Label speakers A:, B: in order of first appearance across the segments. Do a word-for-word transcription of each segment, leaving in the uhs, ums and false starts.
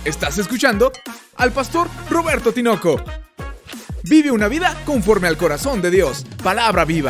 A: Estás escuchando al pastor Roberto Tinoco. Vive una vida conforme al corazón de Dios. Palabra viva.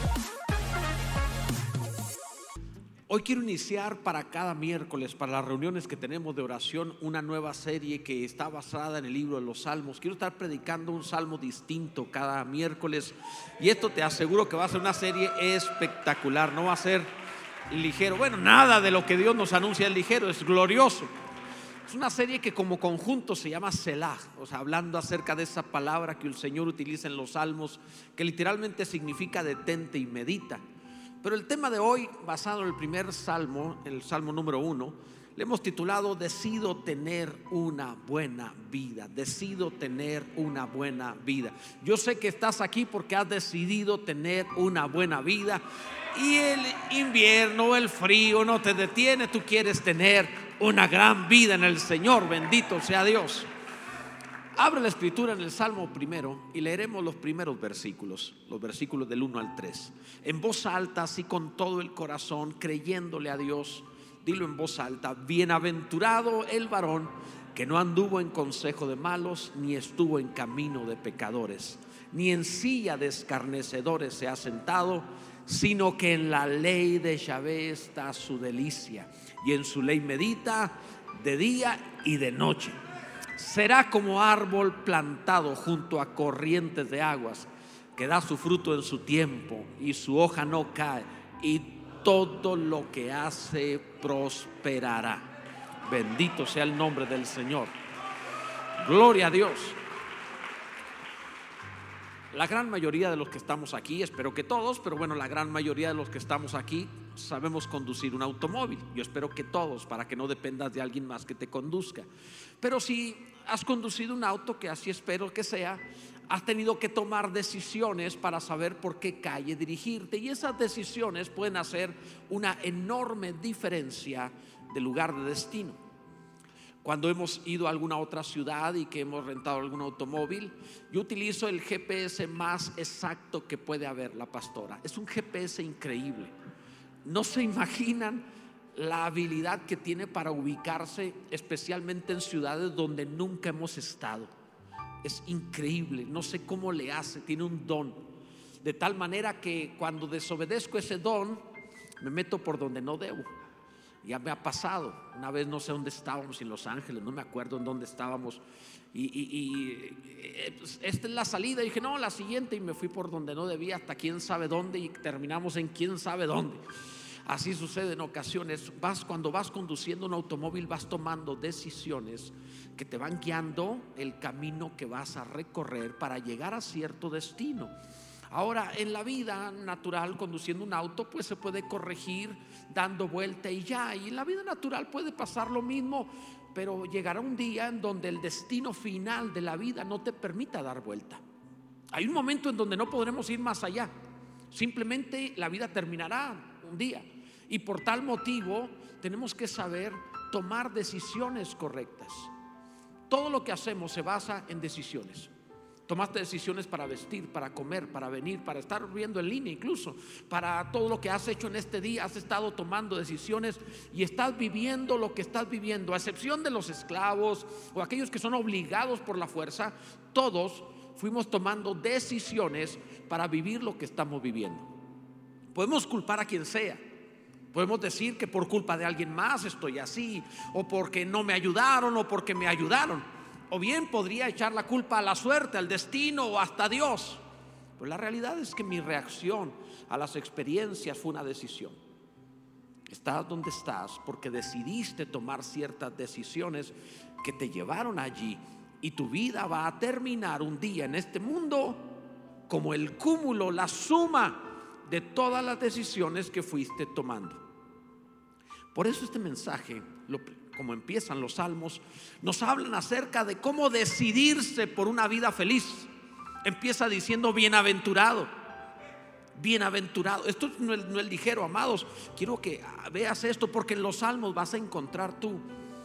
B: Hoy quiero iniciar para cada miércoles, para las reuniones que tenemos de oración, una nueva serie que está basada en el libro de los Salmos. Quiero estar predicando un salmo distinto cada miércoles, y esto te aseguro que va a ser una serie espectacular. No va a ser ligero. Bueno, nada de lo que Dios nos anuncia es ligero, es glorioso. Es una serie que como conjunto se llama Selah, o sea, hablando acerca de esa palabra que el Señor utiliza en los Salmos, que literalmente significa detente y medita. Pero el tema de hoy, basado en el primer salmo, el salmo número uno, le hemos titulado Decido tener una buena vida. Decido tener una buena vida. Yo sé que estás aquí porque has decidido tener una buena vida, y el invierno, el frío no te detiene. Tú quieres tener una gran vida en el Señor. Bendito sea Dios. Abre la escritura en el Salmo primero y leeremos los primeros versículos, los versículos del uno al tres. En voz alta, así con todo el corazón, creyéndole a Dios, dilo en voz alta: bienaventurado el varón que no anduvo en consejo de malos, ni estuvo en camino de pecadores, ni en silla de escarnecedores se ha sentado, sino que en la ley de Yahvé está su delicia, y en su ley medita de día y de noche. Será como árbol plantado junto a corrientes de aguas, que da su fruto en su tiempo, y su hoja no cae, y todo lo que hace prosperará. Bendito sea el nombre del Señor. Gloria a Dios. La gran mayoría de los que estamos aquí, espero que todos, pero bueno, la gran mayoría de los que estamos aquí sabemos conducir un automóvil. Yo espero que todos, para que no dependas de alguien más que te conduzca. Pero si has conducido un auto, que así espero que sea, has tenido que tomar decisiones para saber por qué calle dirigirte, y esas decisiones pueden hacer una enorme diferencia de lugar de destino. Cuando hemos ido a alguna otra ciudad y que hemos rentado algún automóvil, yo utilizo el G P S más exacto que puede haber, la pastora. Es un G P S increíble. No se imaginan la habilidad que tiene para ubicarse, especialmente en ciudades donde nunca hemos estado. Es increíble, no sé cómo le hace, tiene un don. De tal manera que cuando desobedezco ese don, me meto por donde no debo. Ya me ha pasado. Una vez no sé dónde estábamos, en Los Ángeles, no me acuerdo en dónde estábamos, y, y, y pues, esta es la salida, y dije no, la siguiente, y me fui por donde no debía, hasta quién sabe dónde, y terminamos en quién sabe dónde. Así sucede en ocasiones. Vas, cuando vas conduciendo un automóvil, vas tomando decisiones que te van guiando el camino que vas a recorrer para llegar a cierto destino. Ahora, en la vida natural, conduciendo un auto, pues se puede corregir dando vuelta y ya. Y en la vida natural puede pasar lo mismo, pero llegará un día en donde el destino final de la vida no te permita dar vuelta. Hay un momento en donde no podremos ir más allá. Simplemente la vida terminará un día, y por tal motivo tenemos que saber tomar decisiones correctas. Todo lo que hacemos se basa en decisiones. Tomaste decisiones para vestir, para comer, para venir, para estar viendo en línea, incluso para todo lo que has hecho en este día. Has estado tomando decisiones y estás viviendo lo que estás viviendo. A excepción de los esclavos o aquellos que son obligados por la fuerza, todos fuimos tomando decisiones para vivir lo que estamos viviendo. Podemos culpar a quien sea. Podemos decir que por culpa de alguien más estoy así, o porque no me ayudaron, o porque me ayudaron. O bien podría echar la culpa a la suerte, al destino o hasta a Dios. Pero la realidad es que mi reacción a las experiencias fue una decisión. Estás donde estás porque decidiste tomar ciertas decisiones que te llevaron allí, y tu vida va a terminar un día en este mundo como el cúmulo, la suma de todas las decisiones que fuiste tomando. Por eso este mensaje, lo como empiezan los salmos, nos hablan acerca de cómo decidirse por una vida feliz. Empieza diciendo bienaventurado, bienaventurado. Esto no es, no es ligero, amados. Quiero que veas esto, porque en los salmos vas a encontrar tú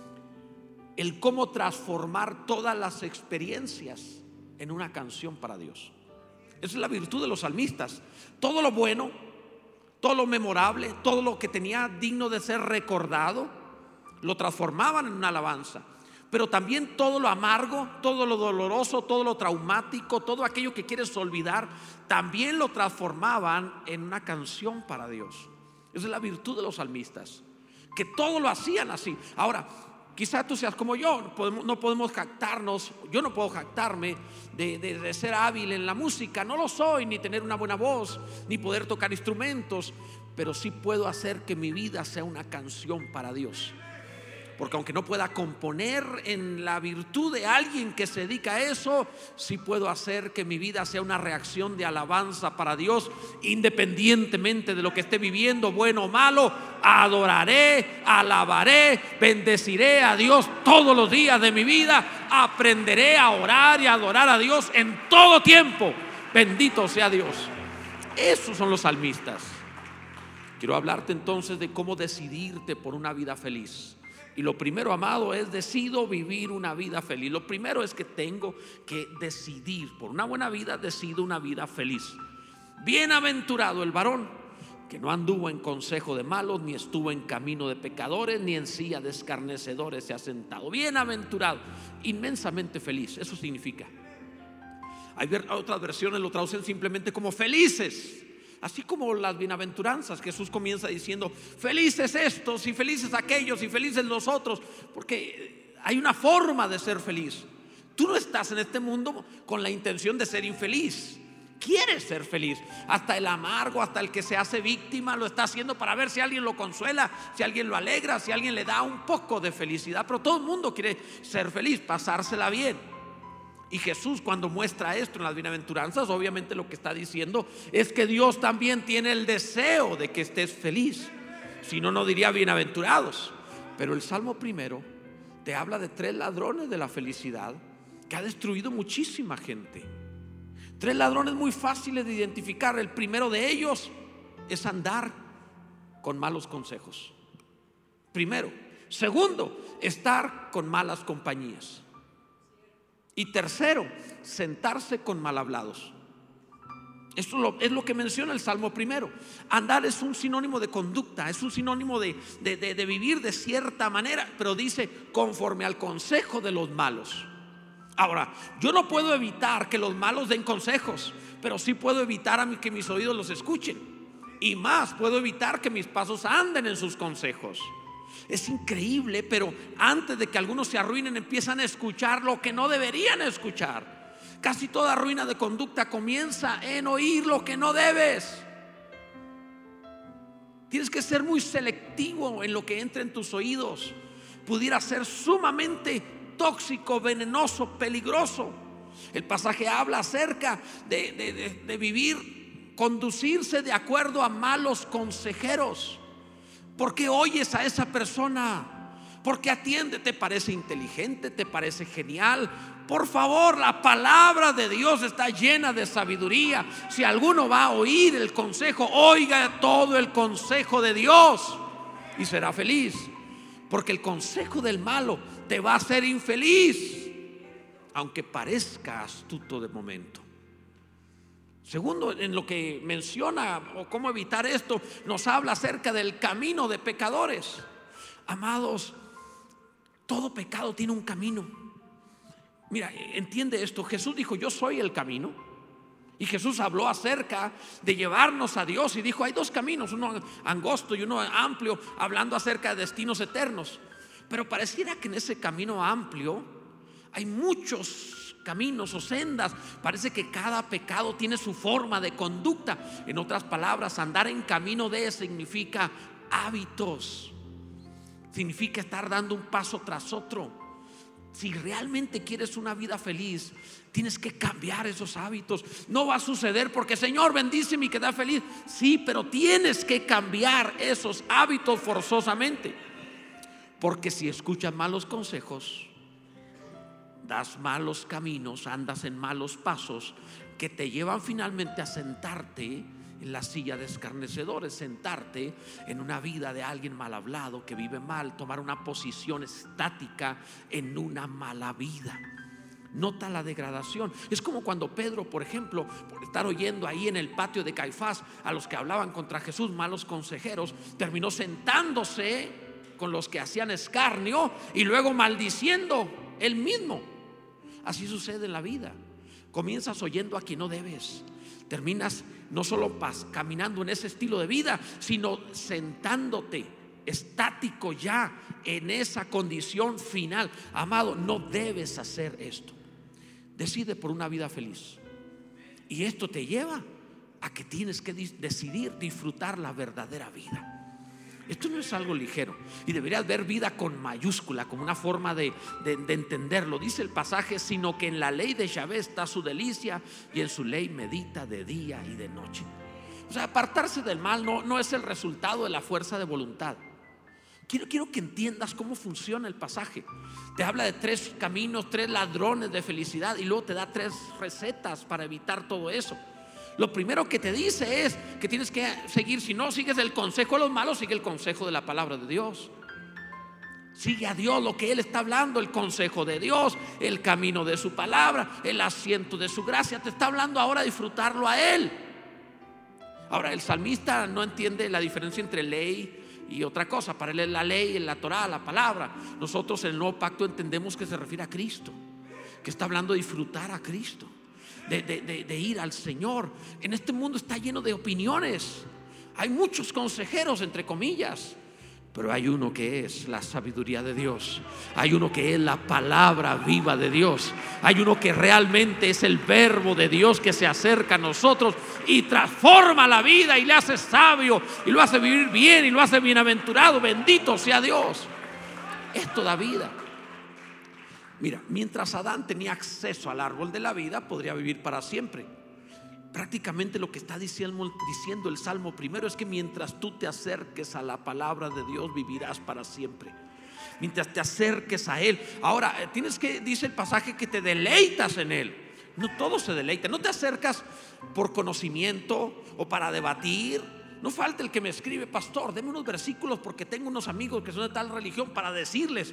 B: el cómo transformar todas las experiencias en una canción para Dios. Esa es la virtud de los salmistas. Todo lo bueno, todo lo memorable, todo lo que tenía digno de ser recordado, lo transformaban en una alabanza. pero también todo lo amargo, todo lo doloroso, todo lo traumático, todo aquello que quieres olvidar, también lo transformaban en una canción para Dios. Esa es la virtud de los salmistas, que todo lo hacían así. Ahora, quizá tú seas como yo, no podemos, no podemos jactarnos, yo no puedo jactarme de, de, de ser hábil en la música, no lo soy, ni tener una buena voz, ni poder tocar instrumentos, pero sí puedo hacer que mi vida sea una canción para Dios. Porque aunque no pueda componer en la virtud de alguien que se dedica a eso, sí puedo hacer que mi vida sea una reacción de alabanza para Dios, independientemente de lo que esté viviendo, bueno o malo. Adoraré, alabaré, bendeciré a Dios todos los días de mi vida. Aprenderé a orar y a adorar a Dios en todo tiempo. Bendito sea Dios. Esos son los salmistas. Quiero hablarte entonces de cómo decidirte por una vida feliz. Y lo primero, amado, es decido vivir una vida feliz. Lo primero es que tengo que decidir por una buena vida, decido una vida feliz. Bienaventurado el varón que no anduvo en consejo de malos, ni estuvo en camino de pecadores, ni en silla de escarnecedores se ha sentado. Bienaventurado, inmensamente feliz, eso significa. Hay otras versiones lo traducen simplemente como felices. Así como las bienaventuranzas, Jesús comienza diciendo felices estos y felices aquellos y felices los otros, porque hay una forma de ser feliz. Tú no estás en este mundo con la intención de ser infeliz. Quieres ser feliz. Hasta el amargo, hasta el que se hace víctima, lo está haciendo para ver si alguien lo consuela, si alguien lo alegra, si alguien le da un poco de felicidad. Pero todo el mundo quiere ser feliz, pasársela bien. Y Jesús, cuando muestra esto en las bienaventuranzas, obviamente lo que está diciendo es que Dios también tiene el deseo de que estés feliz. Si no, no diría bienaventurados. Pero el Salmo primero te habla de tres ladrones de la felicidad que ha destruido muchísima gente. Tres ladrones muy fáciles de identificar. El primero de ellos es andar con malos consejos. Primero. Segundo, estar con malas compañías. Y tercero, sentarse con mal hablados. Esto es lo que menciona el Salmo primero. Andar es un sinónimo de conducta, es un sinónimo de, de, de, de vivir de cierta manera, pero dice conforme al consejo de los malos. Ahora, yo no puedo evitar que los malos den consejos, pero sí puedo evitar a mí que mis oídos los escuchen. Y más, puedo evitar que mis pasos anden en sus consejos. Es increíble, pero antes de que algunos se arruinen, empiezan a escuchar lo que no deberían escuchar. Casi toda ruina de conducta comienza en oír lo que no debes. Tienes que ser muy selectivo en lo que entra en tus oídos. Pudiera ser sumamente tóxico, venenoso, peligroso. El pasaje habla acerca de, de, de, de vivir, conducirse de acuerdo a malos consejeros. ¿Por qué oyes a esa persona? ¿Por qué atiende? ¿Te parece inteligente? ¿Te parece genial? Por favor, la palabra de Dios está llena de sabiduría. Si alguno va a oír el consejo, oiga todo el consejo de Dios y será feliz. Porque el consejo del malo te va a hacer infeliz, aunque parezca astuto de momento. Segundo, en lo que menciona o cómo evitar esto, nos habla acerca del camino de pecadores. Amados, todo pecado tiene un camino. Mira, entiende esto. Jesús dijo: yo soy el camino. Y Jesús habló acerca de llevarnos a Dios y dijo: hay dos caminos, uno angosto y uno amplio, hablando acerca de destinos eternos. Pero pareciera que en ese camino amplio hay muchos caminos o sendas. Parece que cada pecado tiene su forma de conducta. En otras palabras, andar en camino de significa hábitos, significa estar dando un paso tras otro. Si realmente quieres una vida feliz, tienes que cambiar esos hábitos. No va a suceder porque Señor bendíceme y queda feliz. Sí, pero tienes que cambiar esos hábitos forzosamente. Porque si escuchas malos consejos, das malos caminos, andas en malos pasos que te llevan finalmente a sentarte en la silla de escarnecedores, sentarte en una vida de alguien mal hablado que vive mal, tomar una posición estática en una mala vida. Nota la degradación. Es como cuando Pedro, por ejemplo, por estar oyendo ahí en el patio de Caifás a los que hablaban contra Jesús, malos consejeros, terminó sentándose con los que hacían escarnio y luego maldiciendo él mismo. Así sucede en la vida. Comienzas oyendo a quien no debes, terminas no solo pas, caminando en ese estilo de vida, sino sentándote estático ya en esa condición final. Amado, no debes hacer esto. Decide por una vida feliz, y esto te lleva a que tienes que decidir disfrutar la verdadera vida. Esto no es algo ligero, y deberías ver vida con mayúscula, como una forma de, de, de entenderlo. Dice el pasaje: sino que en la ley de Yahvé está su delicia, y en su ley medita de día y de noche. O sea, apartarse del mal no, no es el resultado de la fuerza de voluntad. Quiero, quiero que entiendas cómo funciona el pasaje. Te habla de tres caminos, tres ladrones de felicidad, y luego te da tres recetas para evitar todo eso. Lo primero que te dice es que tienes que seguir, si no sigues el consejo de los malos, sigue el consejo de la palabra de Dios. Sigue a Dios, lo que Él está hablando, el consejo de Dios, el camino de su palabra, el asiento de su gracia. Te está hablando ahora de disfrutarlo a Él. Ahora, el salmista no entiende la diferencia entre ley y otra cosa. Para él es la ley, la Torá, la palabra. Nosotros en el nuevo pacto entendemos que se refiere a Cristo, que está hablando de disfrutar a Cristo. De, de, de, de ir al Señor. En este mundo está lleno de opiniones. Hay muchos consejeros, entre comillas, pero hay uno que es la sabiduría de Dios. Hay uno que es la palabra viva de Dios. Hay uno que realmente es el verbo de Dios, que se acerca a nosotros y transforma la vida y le hace sabio y lo hace vivir bien y lo hace bienaventurado. Bendito sea Dios. Esto da vida. Mira, mientras Adán tenía acceso al árbol de la vida, podría vivir para siempre. Prácticamente lo que está diciendo, diciendo el Salmo primero es que mientras tú te acerques a la palabra de Dios, vivirás para siempre. Mientras te acerques a Él. Ahora, tienes que, dice el pasaje, que te deleitas en Él. No todo se deleita. No te acercas por conocimiento o para debatir. No falta el que me escribe: pastor, deme unos versículos porque tengo unos amigos que son de tal religión, para decirles.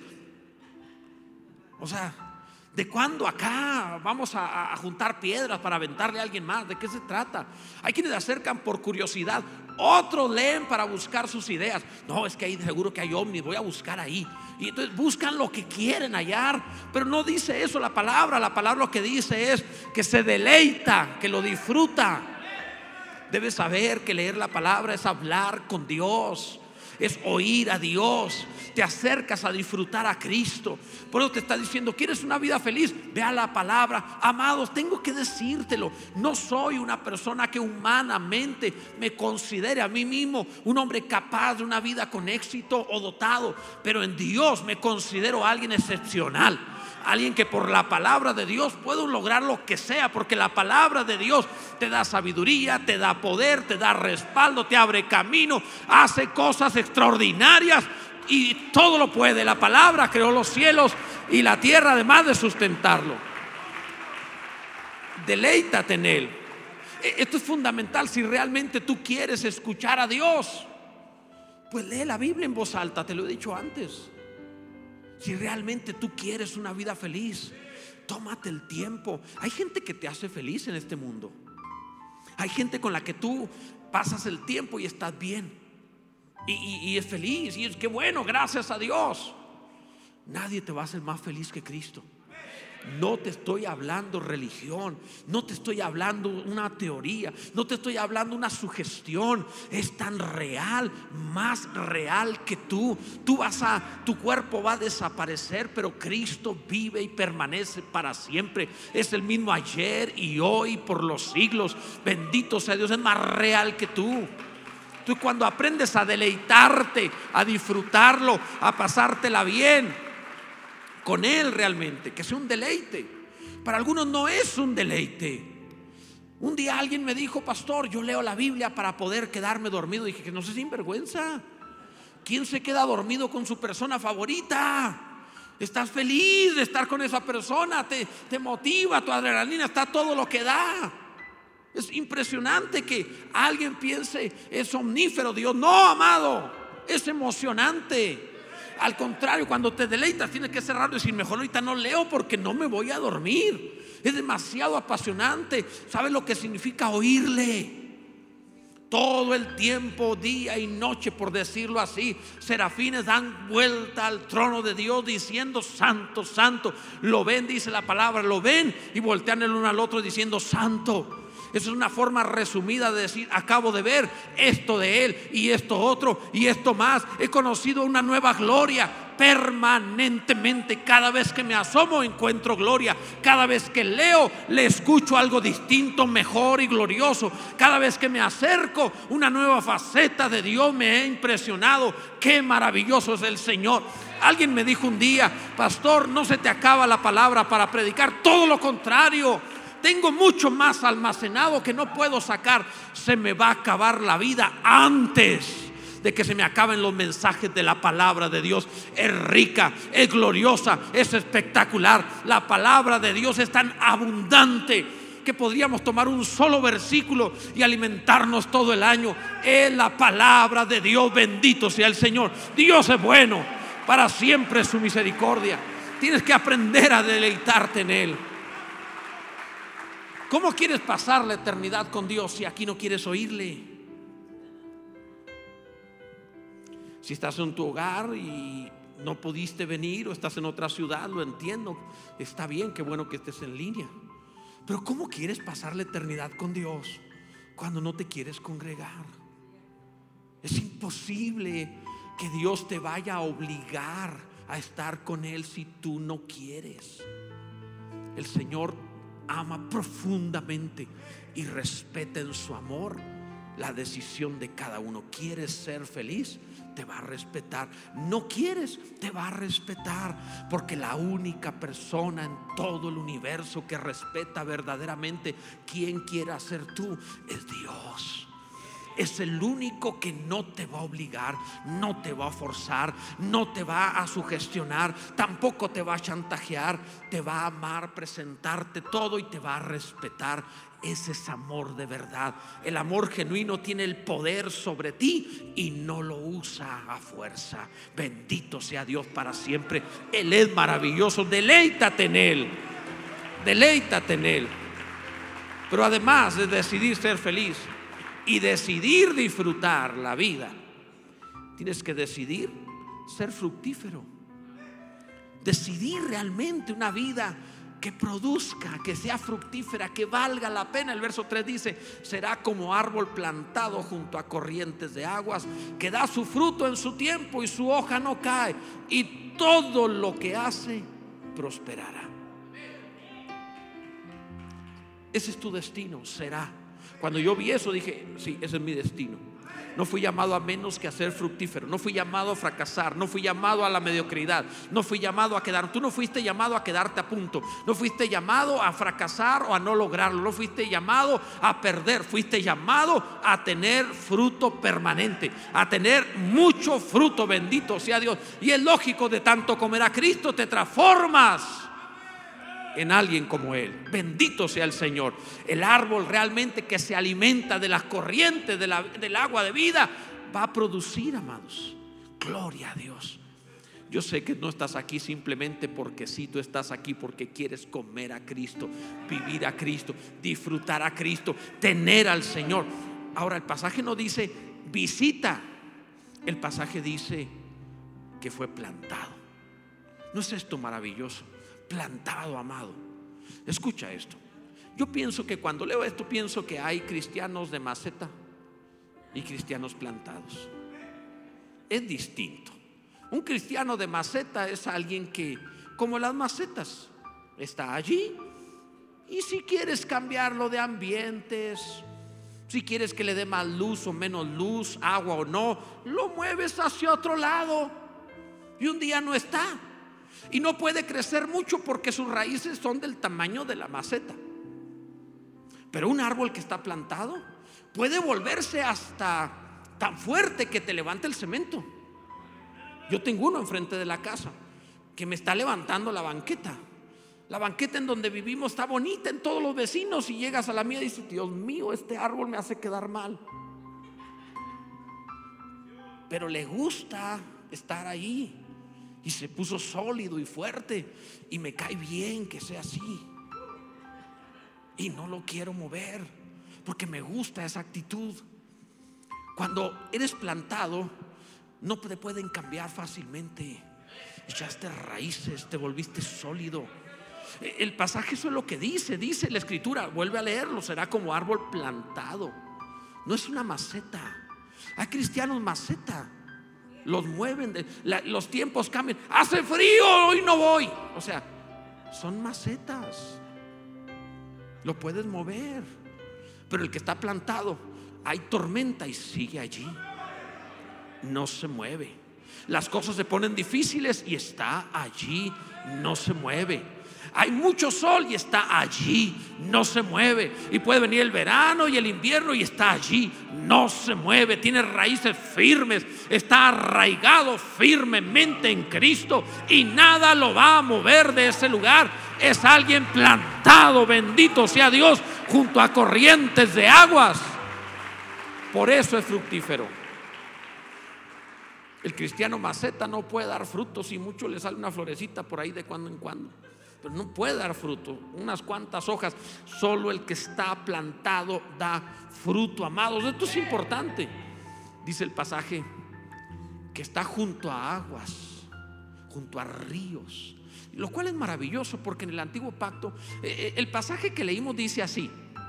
B: O sea, ¿de cuándo acá vamos a, a juntar piedras para aventarle a alguien más? ¿De qué se trata? Hay quienes se acercan por curiosidad, otros leen para buscar sus ideas. No, es que ahí seguro que hay ovnis, voy a buscar ahí. Y entonces buscan lo que quieren hallar. Pero no dice eso la palabra. La palabra lo que dice es que se deleita, que lo disfruta. Debes saber que leer la palabra es hablar con Dios, es oír a Dios. Te acercas a disfrutar a Cristo. Por eso te está diciendo: ¿quieres una vida feliz? Ve a la palabra. Amados, tengo que decírtelo. No soy una persona que humanamente me considere a mí mismo un hombre capaz de una vida con éxito o dotado, pero en Dios me considero alguien excepcional. Alguien que por la palabra de Dios puedo lograr lo que sea, porque la palabra de Dios te da sabiduría, te da poder, te da respaldo, te abre camino, hace cosas extraordinarias. Y todo lo puede. La palabra creó los cielos y la tierra, además de sustentarlo. Deleítate en Él. Esto es fundamental. Si realmente tú quieres escuchar a Dios, pues lee la Biblia en voz alta. Te lo he dicho antes. Si realmente tú quieres una vida feliz, tómate el tiempo. Hay gente que te hace feliz en este mundo. Hay gente con la que tú pasas el tiempo y estás bien. Y, y, y es feliz, y es que bueno, gracias a Dios. Nadie te va a hacer más feliz que Cristo. No te estoy hablando religión, no te estoy hablando una teoría, no te estoy hablando una sugestión. Es tan real, más real que tú. Tú vas a, tu cuerpo va a desaparecer, pero Cristo vive y permanece para siempre. Es el mismo ayer y hoy por los siglos. Bendito sea Dios, es más real que tú. Tú, cuando aprendes a deleitarte, a disfrutarlo, a pasártela bien con Él, realmente, que sea un deleite. Para algunos no es un deleite. Un día alguien me dijo: pastor, yo leo la Biblia para poder quedarme dormido. Dije: que no sé, sinvergüenza. ¿Quién se queda dormido con su persona favorita? Estás feliz de estar con esa persona, te, te motiva, tu adrenalina está todo lo que da. Es impresionante que alguien piense: es omnífero Dios. No, amado, es emocionante. Al contrario, cuando te deleitas tienes que cerrarlo y decir: mejor ahorita no leo porque no me voy a dormir. Es demasiado apasionante. ¿Sabes lo que significa oírle? Todo el tiempo, día y noche, por decirlo así, serafines dan vuelta al trono de Dios diciendo: santo, santo. Lo ven, dice la palabra, lo ven y voltean el uno al otro diciendo: santo. Esa es una forma resumida de decir: acabo de ver esto de Él y esto otro y esto más. He conocido una nueva gloria. Permanentemente, cada vez que me asomo encuentro gloria. Cada vez que leo le escucho algo distinto, mejor y glorioso. Cada vez que me acerco, una nueva faceta de Dios me ha impresionado. Qué maravilloso es el Señor. Alguien me dijo un día: pastor, no se te acaba la palabra para predicar. Todo lo contrario, tengo mucho más almacenado que no puedo sacar. Se me va a acabar la vida antes de que se me acaben los mensajes de la palabra de Dios. Es rica, es gloriosa, es espectacular. La palabra de Dios es tan abundante que podríamos tomar un solo versículo y alimentarnos todo el año. Es la palabra de Dios. Bendito sea el Señor. Dios es bueno, para siempre es su misericordia. Tienes que aprender a deleitarte en Él. ¿Cómo quieres pasar la eternidad con Dios si aquí no quieres oírle? Si estás en tu hogar y no pudiste venir, o estás en otra ciudad, lo entiendo. Está bien, qué bueno que estés en línea. Pero ¿cómo quieres pasar la eternidad con Dios cuando no te quieres congregar? Es imposible que Dios te vaya a obligar a estar con Él si tú no quieres. El Señor ama profundamente y respeta en su amor la decisión de cada uno. ¿Quieres ser feliz? Te va a respetar. ¿No quieres? Te va a respetar, porque la única persona en todo el universo que respeta verdaderamente quién quieras ser tú es Dios. Es el único que no te va a obligar, no te va a forzar, no te va a sugestionar, tampoco te va a chantajear. Te va a amar, presentarte todo y te va a respetar. Ese es amor de verdad. El amor genuino tiene el poder sobre ti y no lo usa a fuerza. Bendito sea Dios para siempre. Él es maravilloso. Deleítate en Él. Deleítate en Él. Pero además de decidir ser feliz y decidir disfrutar la vida, tienes que decidir ser fructífero. Decidir realmente una vida que produzca, que sea fructífera, que valga la pena. El verso tres dice: será como árbol plantado junto a corrientes de aguas, que da su fruto en su tiempo y su hoja no cae, y todo lo que hace prosperará. Ese es tu destino, será. Cuando yo vi eso dije: sí, ese es mi destino. No fui llamado a menos que a ser fructífero. No fui llamado a fracasar. No fui llamado a la mediocridad. No fui llamado a quedar. Tú no fuiste llamado a quedarte a punto. No fuiste llamado a fracasar o a no lograrlo. No fuiste llamado a perder. Fuiste llamado a tener fruto permanente, a tener mucho fruto. Bendito sea Dios. Y es lógico, de tanto comer a Cristo te transformas en alguien como Él. Bendito sea el Señor. El árbol realmente que se alimenta de las corrientes de la, del agua de vida va a producir, amados. Gloria a Dios. Yo sé que no estás aquí simplemente porque sí. Tú estás aquí porque quieres comer a Cristo, vivir a Cristo, disfrutar a Cristo, tener al Señor. Ahora, el pasaje no dice visita. El pasaje dice que fue plantado. ¿No es esto maravilloso? Plantado, amado. Escucha esto. Yo pienso que cuando leo esto, pienso que hay cristianos de maceta y cristianos plantados. Es distinto. Un cristiano de maceta es alguien que, como las macetas, está allí, y si quieres cambiarlo de ambientes, si quieres que le dé más luz o menos luz, agua o no, lo mueves hacia otro lado y un día no está. Y no puede crecer mucho porque sus raíces son del tamaño de la maceta. Pero un árbol que está plantado puede volverse hasta tan fuerte que te levante el cemento. Yo tengo uno enfrente de la casa que me está levantando la banqueta. La banqueta en donde vivimos está bonita en todos los vecinos, y llegas a la mía y dices: Dios mío, este árbol me hace quedar mal. Pero le gusta estar ahí. Y se puso sólido y fuerte, y me cae bien que sea así. Y no lo quiero mover porque me gusta esa actitud. Cuando eres plantado, no te pueden cambiar fácilmente. Echaste raíces, te volviste sólido. El pasaje eso es lo que dice, dice la escritura, vuelve a leerlo, será como árbol plantado. No es una maceta. Hay cristianos maceta, los mueven, de, la, los tiempos cambian. Hace frío, hoy no voy. O sea, son macetas. Lo puedes mover, pero el que está plantado, hay tormenta y sigue allí, no se mueve. Las cosas se ponen difíciles y está allí, no se mueve. Hay mucho sol y está allí, no se mueve. Y puede venir el verano y el invierno y está allí, no se mueve. Tiene raíces firmes, está arraigado firmemente en Cristo y nada lo va a mover de ese lugar. Es alguien plantado, bendito sea Dios, junto a corrientes de aguas. Por eso es fructífero. El cristiano maceta no puede dar frutos, y mucho le sale una florecita por ahí de cuando en cuando, pero no puede dar fruto, unas cuantas hojas. Solo el que está plantado da fruto, amados. Esto es importante. Dice el pasaje que está junto a aguas, junto a ríos, lo cual es maravilloso, porque en el antiguo pacto eh, el pasaje que leímos dice así: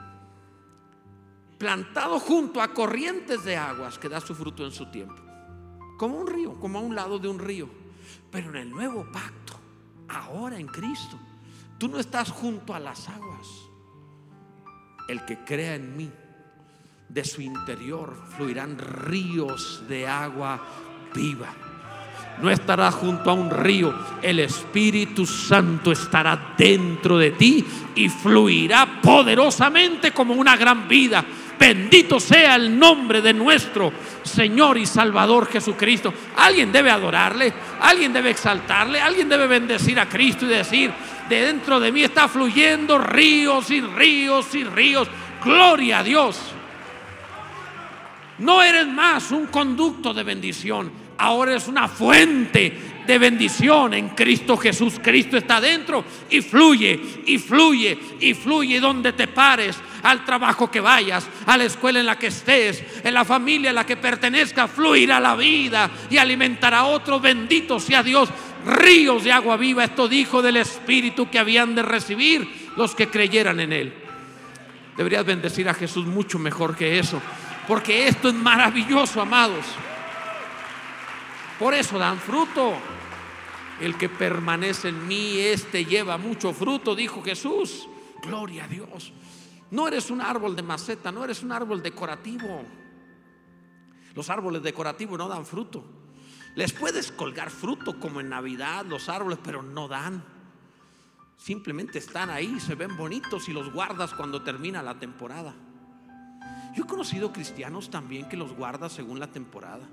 B: plantado junto a corrientes de aguas, que da su fruto en su tiempo, como un río, como a un lado de un río. Pero en el nuevo pacto, ahora en Cristo, tú no estás junto a las aguas. El que crea en mí, de su interior fluirán ríos de agua viva. No estarás junto a un río, el Espíritu Santo estará dentro de ti y fluirá poderosamente como una gran vida. Bendito sea el nombre de nuestro Señor y Salvador Jesucristo. Alguien debe adorarle, alguien debe exaltarle, alguien debe bendecir a Cristo y decir: de dentro de mí está fluyendo ríos y ríos y ríos. Gloria a Dios. No eres más un conducto de bendición, ahora eres una fuente de bendición en Cristo Jesús. Cristo está dentro y fluye y fluye y fluye donde te pares, al trabajo que vayas, a la escuela en la que estés, en la familia a la que pertenezca, fluirá la vida y alimentará a otros. Bendito sea Dios. Ríos de agua viva, esto dijo del Espíritu que habían de recibir los que creyeran en Él. Deberías bendecir a Jesús mucho mejor que eso, porque esto es maravilloso, amados. Por eso dan fruto. El que permanece en mí, este lleva mucho fruto, dijo Jesús. Gloria a Dios. No eres un árbol de maceta, no eres un árbol decorativo. Los árboles decorativos no dan fruto. Les puedes colgar fruto como en Navidad los árboles, pero no dan. Simplemente están ahí, se ven bonitos y los guardas cuando termina la temporada. Yo he conocido cristianos también que los guardan según la temporada.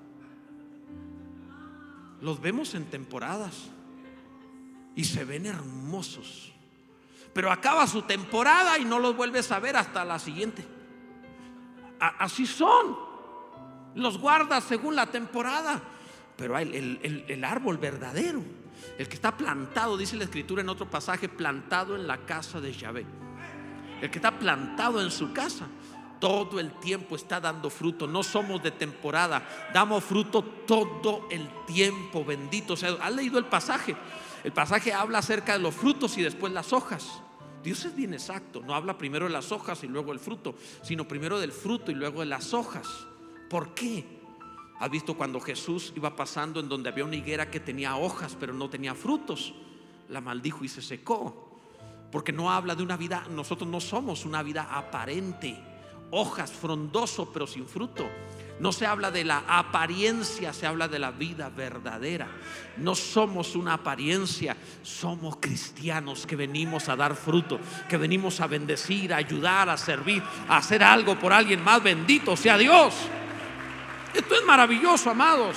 B: Los vemos en temporadas y se ven hermosos, pero acaba su temporada y no los vuelves a ver hasta la siguiente. Así son. Los guardas según la temporada. Pero el, el, el árbol verdadero, el que está plantado, dice la escritura en otro pasaje, plantado en la casa de Yahvé. El que está plantado en su casa, todo el tiempo está dando fruto. No somos de temporada, damos fruto todo el tiempo. Bendito sea. ¿Has leído el pasaje? El pasaje habla acerca de los frutos y después las hojas. Dios es bien exacto, no habla primero de las hojas y luego el fruto, sino primero del fruto y luego de las hojas. ¿Por qué? ¿Has visto cuando Jesús iba pasando en donde había una higuera que tenía hojas pero no tenía frutos? La maldijo y se secó, porque no habla de una vida. Nosotros no somos una vida aparente, hojas, frondoso pero sin fruto. No se habla de la apariencia, se habla de la vida verdadera. No somos una apariencia, somos cristianos que venimos a dar fruto, que venimos a bendecir, a ayudar, a servir, a hacer algo por alguien más. Bendito sea Dios. Esto es maravilloso, amados.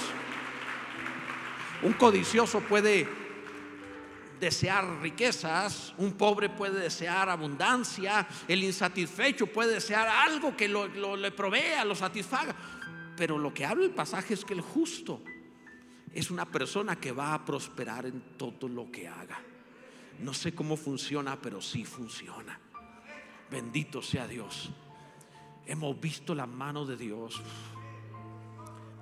B: Un codicioso puede desear riquezas, un pobre puede desear abundancia, el insatisfecho puede desear algo que lo, lo, le provea, lo satisfaga. Pero lo que habla el pasaje es que el justo es una persona que va a prosperar en todo lo que haga. No sé cómo funciona, pero sí funciona. Bendito sea Dios. Hemos visto la mano de Dios.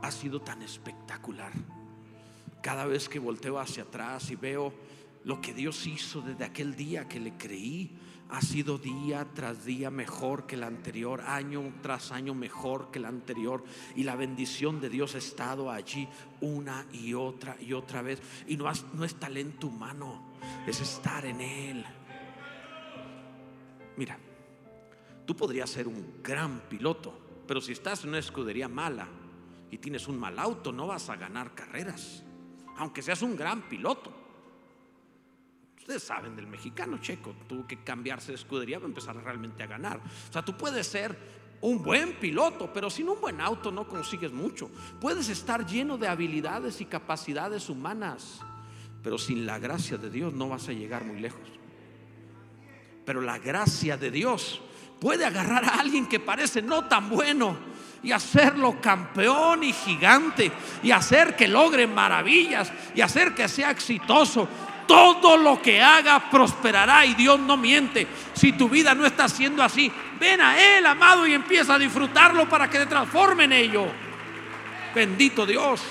B: ha sido tan espectacular. Cada vez que volteo hacia atrás y veo lo que Dios hizo desde aquel día que le creí, ha sido día tras día mejor que el anterior, año tras año mejor que el anterior, y la bendición de Dios ha estado allí una y otra y otra vez. Y no, has, no es talento humano, es estar en Él. Mira, tú podrías ser un gran piloto, pero si estás en una escudería mala y tienes un mal auto, no vas a ganar carreras, aunque seas un gran piloto. Ustedes saben del mexicano Checo, tuvo que cambiarse de escudería para empezar realmente a ganar. O sea, tú puedes ser un buen piloto, pero sin un buen auto no consigues mucho. Puedes estar lleno de habilidades y capacidades humanas, pero sin la gracia de Dios no vas a llegar muy lejos. Pero la gracia de Dios puede agarrar a alguien que parece no tan bueno y hacerlo campeón y gigante, y hacer que logre maravillas, y hacer que sea exitoso. Todo lo que haga prosperará, y Dios no miente. Si tu vida no está siendo así, ven a Él, amado, y empieza a disfrutarlo para que te transforme en ello. Bendito Dios.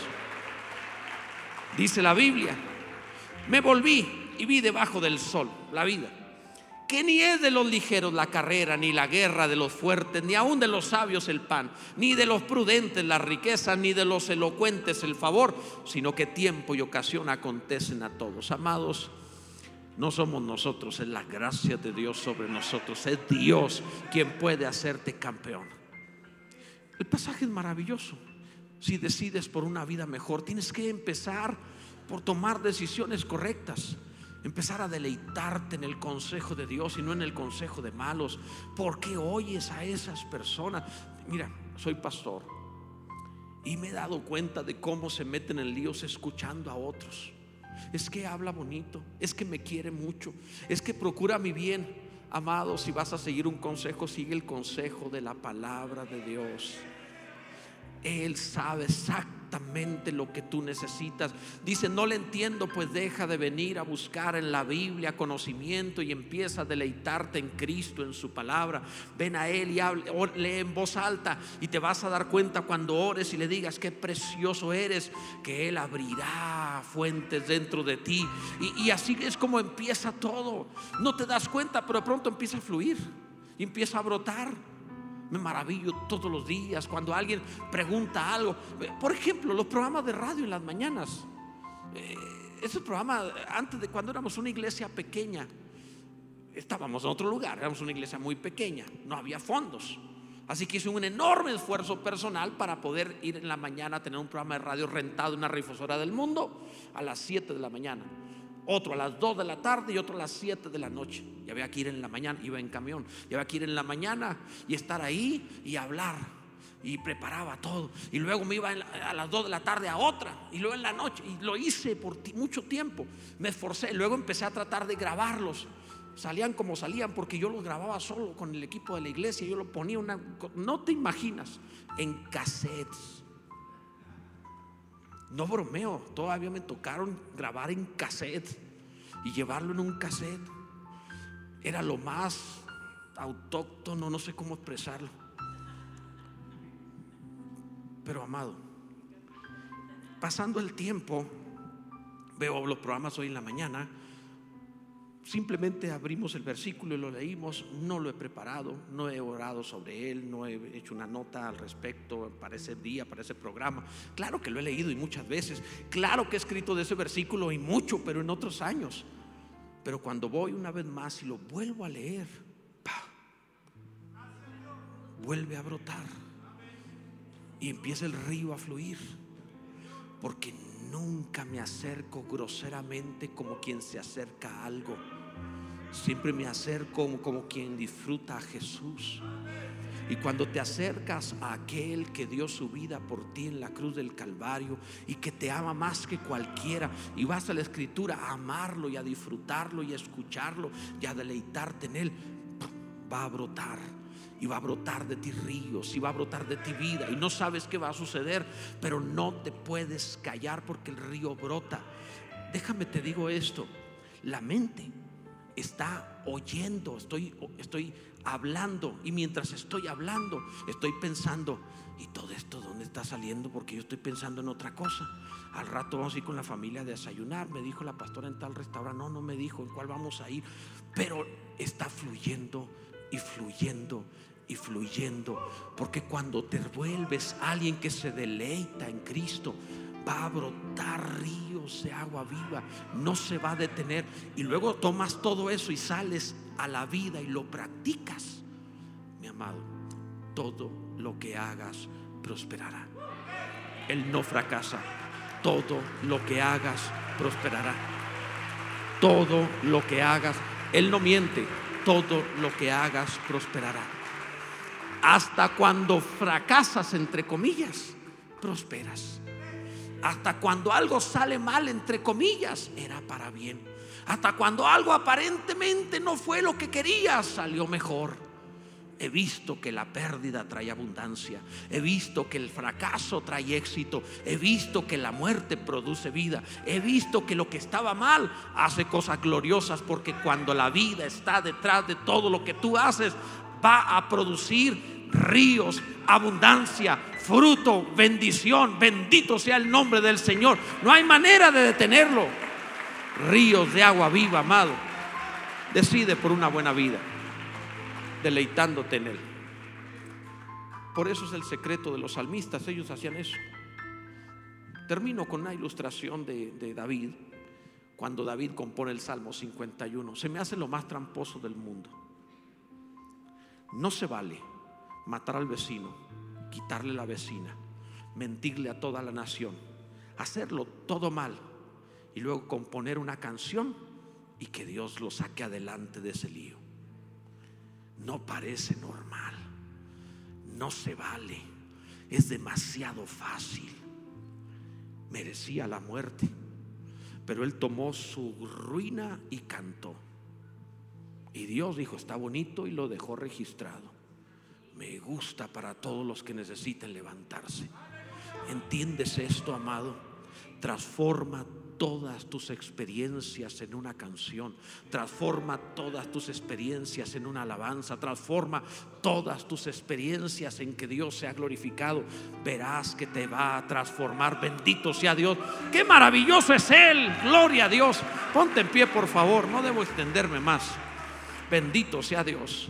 B: Dice la Biblia: me volví y vi debajo del sol la vida, que ni es de los ligeros la carrera, ni la guerra de los fuertes, ni aun de los sabios el pan, ni de los prudentes la riqueza, ni de los elocuentes el favor, sino que tiempo y ocasión acontecen a todos. Amados, no somos nosotros, es la gracia de Dios sobre nosotros. Es Dios quien puede hacerte campeón. El pasaje es maravilloso. Si decides por una vida mejor, tienes que empezar por tomar decisiones correctas. Empezar a deleitarte en el consejo de Dios y no en el consejo de malos. ¿Por qué oyes a esas personas? Mira, soy pastor y me he dado cuenta de cómo se meten en líos escuchando a otros. Es que habla bonito, es que me quiere mucho, es que procura mi bien. Amado, si vas a seguir un consejo, sigue el consejo de la palabra de Dios. Él sabe exactamente lo que tú necesitas. Dice: no le entiendo, pues deja de venir a buscar en la Biblia conocimiento y empieza a deleitarte en Cristo, en su palabra. Ven a Él y hable, lee en voz alta, y te vas a dar cuenta cuando ores y le digas qué precioso eres, que Él abrirá fuentes dentro de ti. Y, y así es como empieza todo. No te das cuenta, pero de pronto empieza a fluir y empieza a brotar. Me maravillo todos los días cuando alguien pregunta algo. Por ejemplo, los programas de radio en las mañanas. eh, Ese programa, antes de, cuando éramos una iglesia pequeña, estábamos en otro lugar, éramos una iglesia muy pequeña, no había fondos. Así que hice un enorme esfuerzo personal para poder ir en la mañana a tener un programa de radio rentado en una rifosora del mundo a las siete de la mañana, otro a las dos de la tarde y otro a las siete de la noche. Y había que ir en la mañana, iba en camión, y había que ir en la mañana y estar ahí y hablar, y preparaba todo. Y luego me iba a las dos de la tarde a otra, y luego en la noche, y lo hice por mucho tiempo. Me esforcé, luego empecé a tratar de grabarlos. Salían como salían, porque yo los grababa solo con el equipo de la iglesia. Yo lo ponía una, no te imaginas, en cassettes. No bromeo, todavía me tocaron grabar en cassette y llevarlo en un cassette. Era lo más autóctono, no sé cómo expresarlo. Pero amado, pasando el tiempo, veo los programas hoy en la mañana. Simplemente abrimos el versículo y lo leímos. No lo he preparado, no he orado sobre él, no he hecho una nota al respecto para ese día, para ese programa. Claro que lo he leído y muchas veces, claro que he escrito de ese versículo y mucho, pero en otros años. Pero cuando voy una vez más y lo vuelvo a leer, ¡pah!, vuelve a brotar y empieza el río a fluir, porque nunca me acerco groseramente como quien se acerca a algo. Siempre me acerco como, como quien disfruta a Jesús. Y cuando te acercas a aquel que dio su vida por ti en la cruz del Calvario y que te ama más que cualquiera, y vas a la Escritura a amarlo y a disfrutarlo y a escucharlo y a deleitarte en él, va a brotar. Y va a brotar de ti ríos, y va a brotar de ti vida, y no sabes qué va a suceder, pero no te puedes callar porque el río brota. Déjame te digo esto: la mente está oyendo, estoy, estoy hablando, y mientras estoy hablando estoy pensando, ¿y todo esto dónde está saliendo? Porque yo estoy pensando en otra cosa. Al rato vamos a ir con la familia a desayunar, me dijo la pastora en tal restaurante. No, no me dijo en cuál vamos a ir, pero está fluyendo y fluyendo y fluyendo, porque cuando te vuelves alguien que se deleita en Cristo, va a brotar ríos de agua viva, no se va a detener. Y luego tomas todo eso y sales a la vida y lo practicas, mi amado, todo lo que hagas prosperará. Él no fracasa. Todo lo que hagas prosperará. Todo lo que hagas, Él no miente. Todo lo que hagas prosperará. Hasta cuando fracasas, entre comillas, prosperas. Hasta cuando algo sale mal, entre comillas, era para bien. Hasta cuando algo aparentemente no fue lo que querías, salió mejor. He visto que la pérdida trae abundancia. He visto que el fracaso trae éxito. He visto que la muerte produce vida. He visto que lo que estaba mal hace cosas gloriosas, porque cuando la vida está detrás de todo lo que tú haces, va a producir ríos, abundancia, fruto, bendición. Bendito sea el nombre del Señor. No hay manera de detenerlo. Ríos de agua viva, amado. Decide por una buena vida, deleitándote en Él. Por eso es el secreto de los salmistas. Ellos hacían eso. Termino con una ilustración de, de David. Cuando David compone el Salmo cincuenta y uno, se me hace lo más tramposo del mundo. No se vale matar al vecino, quitarle la vecina, mentirle a toda la nación, hacerlo todo mal, y luego componer una canción y que Dios lo saque adelante de ese lío. No parece normal, no se vale, es demasiado fácil. Merecía la muerte, pero él tomó su ruina y cantó. Y Dios dijo, está bonito, y lo dejó registrado. Me gusta para todos los que necesiten levantarse. ¿Entiendes esto, amado? Transforma todas tus experiencias en una canción. Transforma todas tus experiencias en una alabanza. Transforma todas tus experiencias en que Dios sea glorificado. Verás que te va a transformar. Bendito sea Dios. ¡Qué maravilloso es Él! Gloria a Dios. Ponte en pie, por favor. No debo extenderme más. Bendito sea Dios.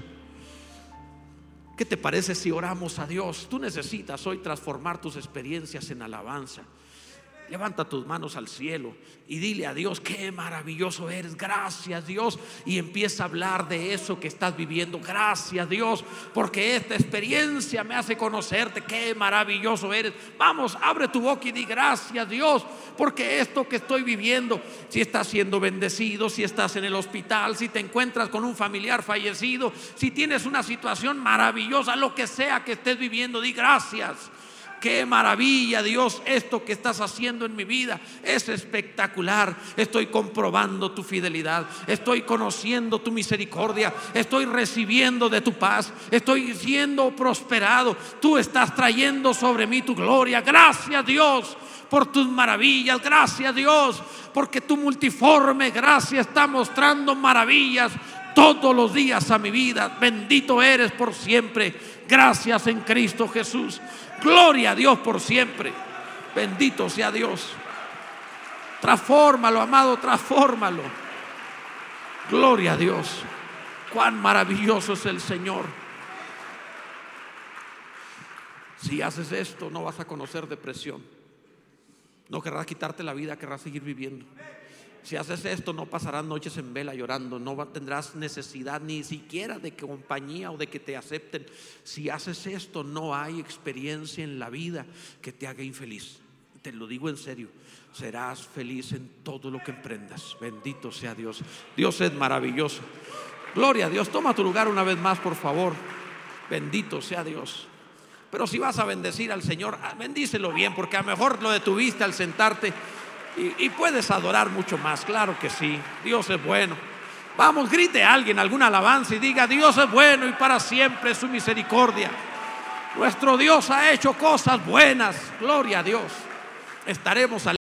B: ¿Qué te parece si oramos a Dios? Tú necesitas hoy transformar tus experiencias en alabanza. Levanta tus manos al cielo y dile a Dios, qué maravilloso eres, gracias Dios. Y empieza a hablar de eso que estás viviendo. Gracias Dios, porque esta experiencia me hace conocerte, qué maravilloso eres. Vamos, abre tu boca y di gracias Dios, porque esto que estoy viviendo, si estás siendo bendecido, si estás en el hospital, si te encuentras con un familiar fallecido, si tienes una situación maravillosa, lo que sea que estés viviendo, di gracias. Qué maravilla, Dios, esto que estás haciendo en mi vida es espectacular. Estoy comprobando tu fidelidad, estoy conociendo tu misericordia, estoy recibiendo de tu paz, estoy siendo prosperado. Tú estás trayendo sobre mí tu gloria. Gracias Dios por tus maravillas. Gracias Dios porque tu multiforme gracia está mostrando maravillas todos los días a mi vida. Bendito eres por siempre. Gracias en Cristo Jesús. Gloria a Dios por siempre. Bendito sea Dios. Transfórmalo, amado, transfórmalo. Gloria a Dios. Cuán maravilloso es el Señor. Si haces esto, no vas a conocer depresión. No querrás quitarte la vida, querrás seguir viviendo. Si haces esto, no pasarás noches en vela llorando. No tendrás necesidad ni siquiera de compañía o de que te acepten. Si haces esto, no hay experiencia en la vida que te haga infeliz. Te lo digo en serio. Serás feliz en todo lo que emprendas. Bendito sea Dios. Dios es maravilloso. Gloria a Dios. Toma tu lugar una vez más, por favor. Bendito sea Dios. Pero si vas a bendecir al Señor, bendícelo bien, porque a lo mejor lo detuviste al sentarte. Y, y puedes adorar mucho más, claro que sí. Dios es bueno. Vamos, grite a alguien alguna alabanza y diga: Dios es bueno y para siempre es su misericordia. Nuestro Dios ha hecho cosas buenas. Gloria a Dios. Estaremos al